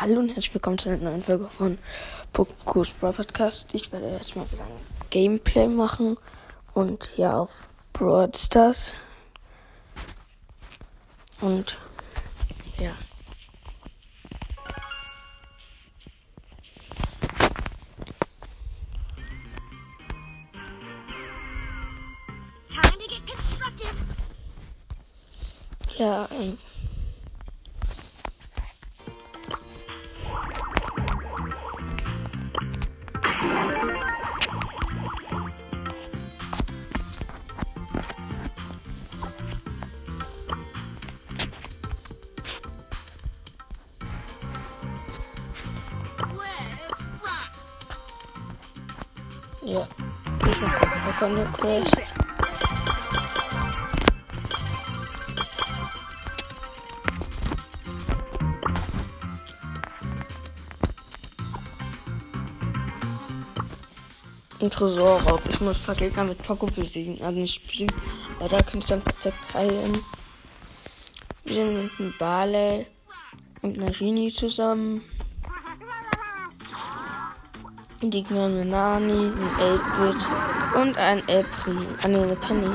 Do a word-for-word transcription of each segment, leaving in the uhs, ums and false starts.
Hallo und herzlich willkommen zu einer neuen Folge von Pokus Brawl Podcast. Ich werde jetzt mal wieder ein Gameplay machen und ja auf Brawl Stars. Und ja. Time to get constructive. Ja, ähm. Ja, ich hab eine Quest. Ein Tresorraub. Ich muss Gegner mit Poco besiegen, also nicht spielen, weil da kann ich dann perfekt heilen. Wir sind mit einem Barley und einer Genie zusammen. Und die Gegner haben eine Nani, ein acht-Bit und ein El-Primo. Ah ne, eine Penny.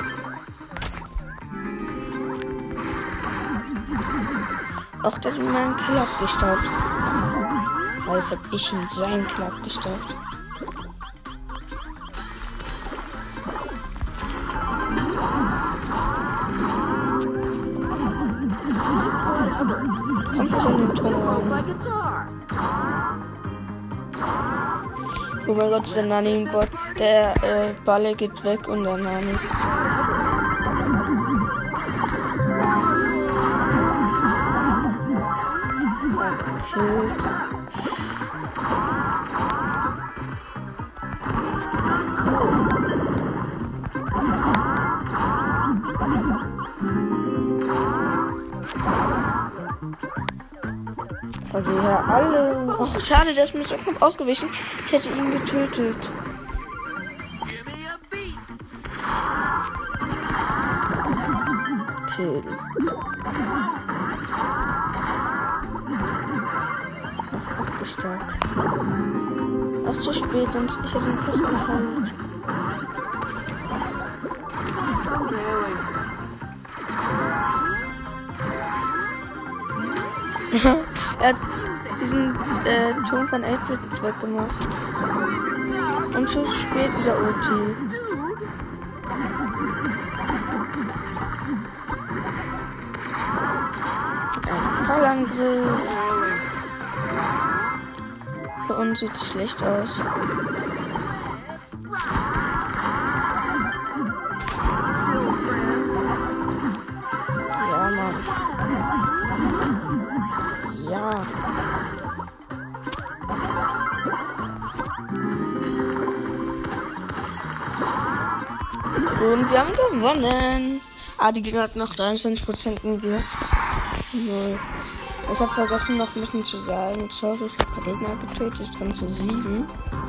Auch der hat meinen Kill abgestaubt. Also hab ich in seinen Kill abgestaubt. Kommt das in den Turm rein? Oh mein Gott, der Nani-Bot. Der äh, Balle geht weg und der Nani. Okay. Also ja, alle. Ach, schade, der ist mir so knapp ausgewichen. Ich hätte ihn getötet. Okay. Ach, gestartet. Ach, zu spät, sonst ich hätte ihn fast gehalten. Er hat diesen äh, Ton von acht-Bit weggemacht. Und zu spät wieder Ulti. Ein Vollangriff. Für uns sieht es schlecht aus. Ja, Mann. Ja. Und wir haben gewonnen. Ah, die Gegner hatten noch dreiundzwanzig Prozent und wir null. Ich habe vergessen noch ein bisschen zu sagen. Sorry, ich habe ein paar Gegner getötet. Ich dran zu sieben.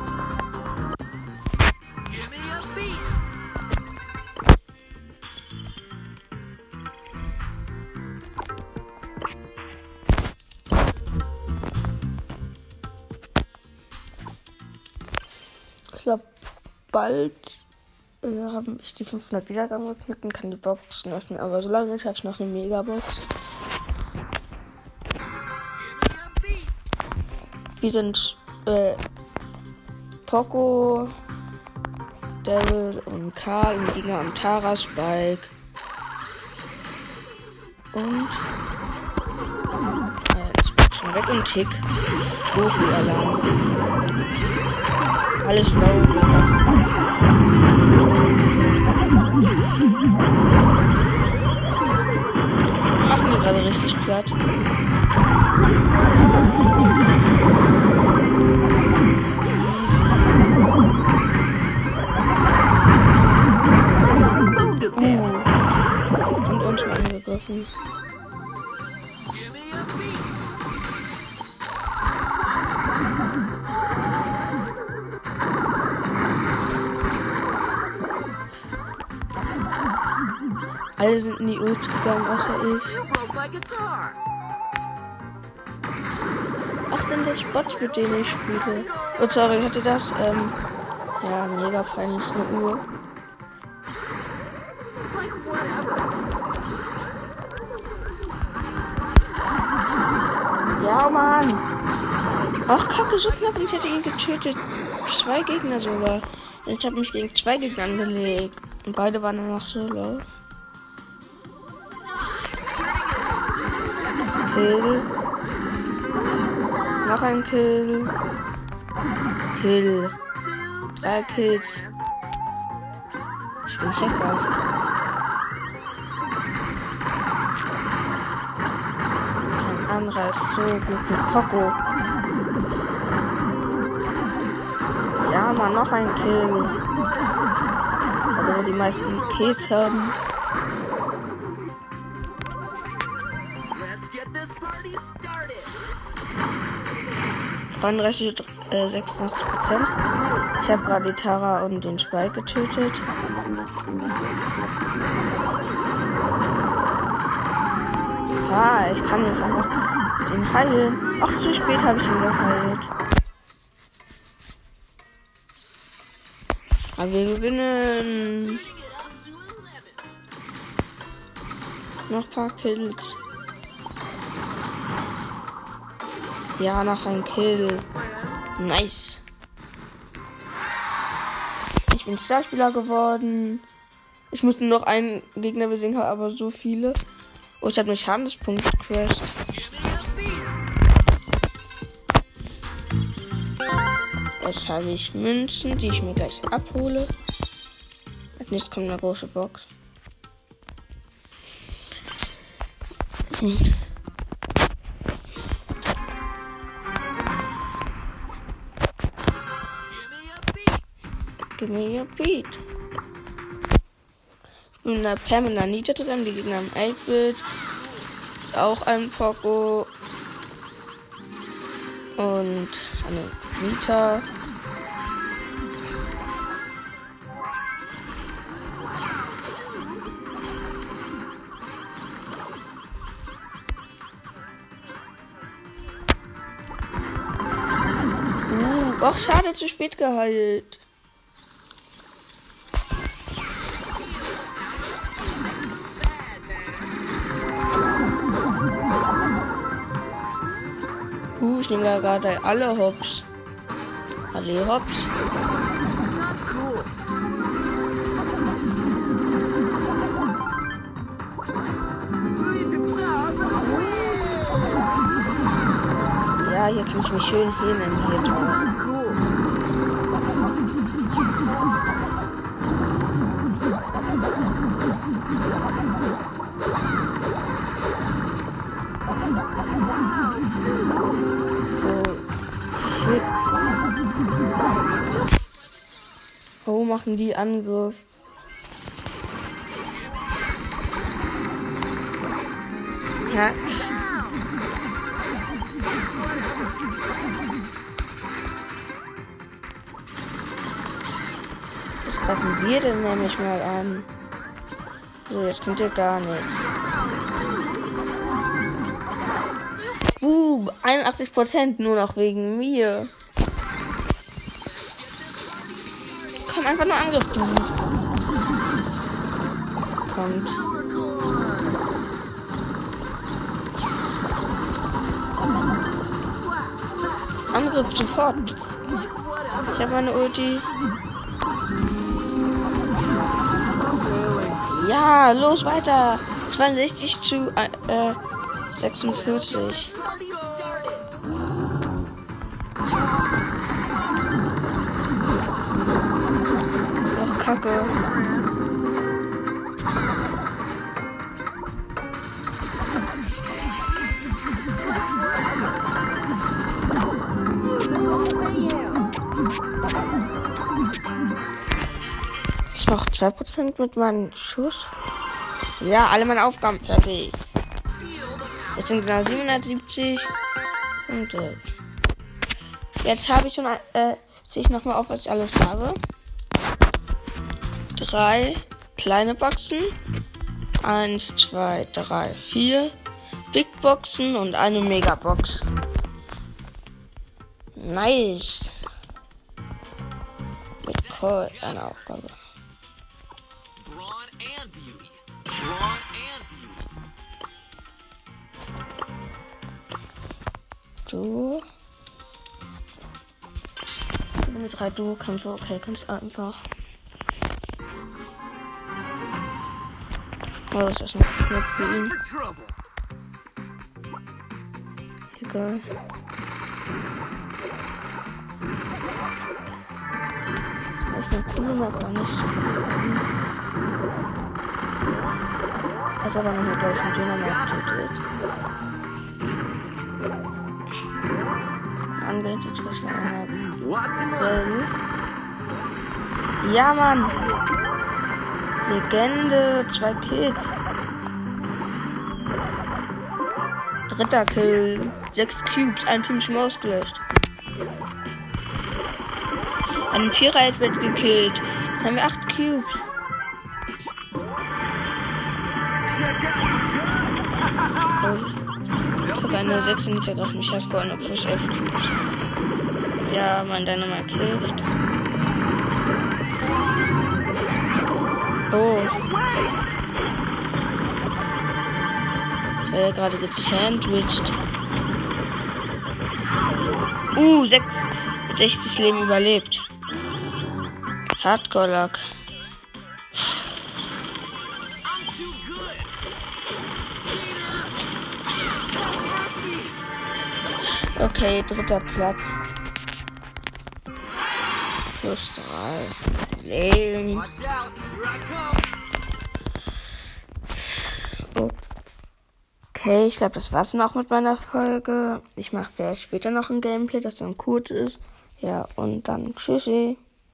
Ich glaube, bald äh, haben ich die fünfhundert Wiedergaben geknackt und kann die Boxen öffnen. Aber solange schaffe ich noch eine Megabox. Wir sind äh, Poco, Daryl und Karl und die Gegner am Tara, Spike und äh, Spike schon weg und Tick. Profi-Alarm. Alles low, Gegner. Machen wir gerade richtig platt. Und uns mal angegriffen. Alle sind in die Ult gegangen, außer ich. Ach, sind das Bots, mit denen ich spiele? Oh, sorry, hatte das? Ähm, ja, mega peinlich, ist eine Uhr. Ja, Mann. Ach, Kacke, so knapp und ich hätte ihn getötet. Zwei Gegner sogar. Und ich habe mich gegen zwei Gegner angelegt. Und beide waren dann noch so low. Kill. Noch ein Kill. Kill. Drei Kills. Ich bin Hacker. Ein anderer ist so gut mit Poco. Ja, Mann, noch ein Kill. Also wo die meisten Kills haben. dreiunddreißig, äh, sechsundachtzig Prozent. Ich habe gerade die Tara und den Spike getötet. Ah, ich kann jetzt einfach den heilen. Ach, zu spät habe ich ihn geheilt. Aber wir gewinnen. Noch ein paar Kills. Ja, noch ein Kill. Nice. Ich bin Starspieler geworden. Ich musste noch einen Gegner besiegen, aber so viele. Oh, ich habe einen Schadenspunkt gecrashed. Jetzt habe ich Münzen, die ich mir gleich abhole. Als nächstes kommt eine große Box. Hm. Give me a beat. Ich bin in der Pam und der Nita zusammen. Die Gegner haben acht Bit. Auch ein Poco. Und eine Nita. Uh, ach, schade, zu spät geheilt. Uh, ich nehme gerade alle Hops. Alle Hops. Ja, hier kann ich mich schön hin hier tauchen. Oh, machen die Angriff. Ja. Das greifen wir denn nämlich mal an. So, jetzt könnt ihr gar nichts. Uh, einundachtzig Prozent nur noch wegen mir. Komm, einfach nur Angriff tun. Kommt. Angriff sofort. Ich habe meine Ulti. Ja, los weiter. zweiundsechzig zu äh, sechsundvierzig. Ach, Kacke. Ich mach zwei Prozent mit meinem Schuss. Ja, alle meine Aufgaben fertig. Jetzt sind genau siebenhundertsiebzig. Und äh, jetzt habe ich schon, äh, sehe ich nochmal auf, was ich alles habe. Drei kleine Boxen. Eins, zwei, drei, vier Big Boxen und eine Megabox. Nice. Mit Colt eine Aufgabe. Du. Mit drei Du-Kämpfe, okay, ganz einfach. Oh, ist das noch knapp für ihn? Egal. Das ist eine coole Map, aber nicht so cool. Das ist aber noch eine gleich mit Dynamit tötet. Angeht jetzt was von einer Welle. Ja, Mann! Legende, zwei Kills. Dritter Kill. Sechs Cubes, ein Team schon ausgelöscht. Einen Vierer wird gekillt. Jetzt haben wir acht Cubes. Oh. Ich habe eine sechs nicht ergriffen. Ich habe gewonnen, obwohl ich elf Cubes. Ja, mein Dynamite hilft. Oh. Ich werde gerade gesandwiched. Uh, sechs, sechzig Leben überlebt. Hardcore-Luck. Okay, dritter Platz. Plus drei Leben. Okay, ich glaube, das war's noch mit meiner Folge. Ich mache vielleicht später noch ein Gameplay, das dann kurz ist. Ja, und dann tschüssi.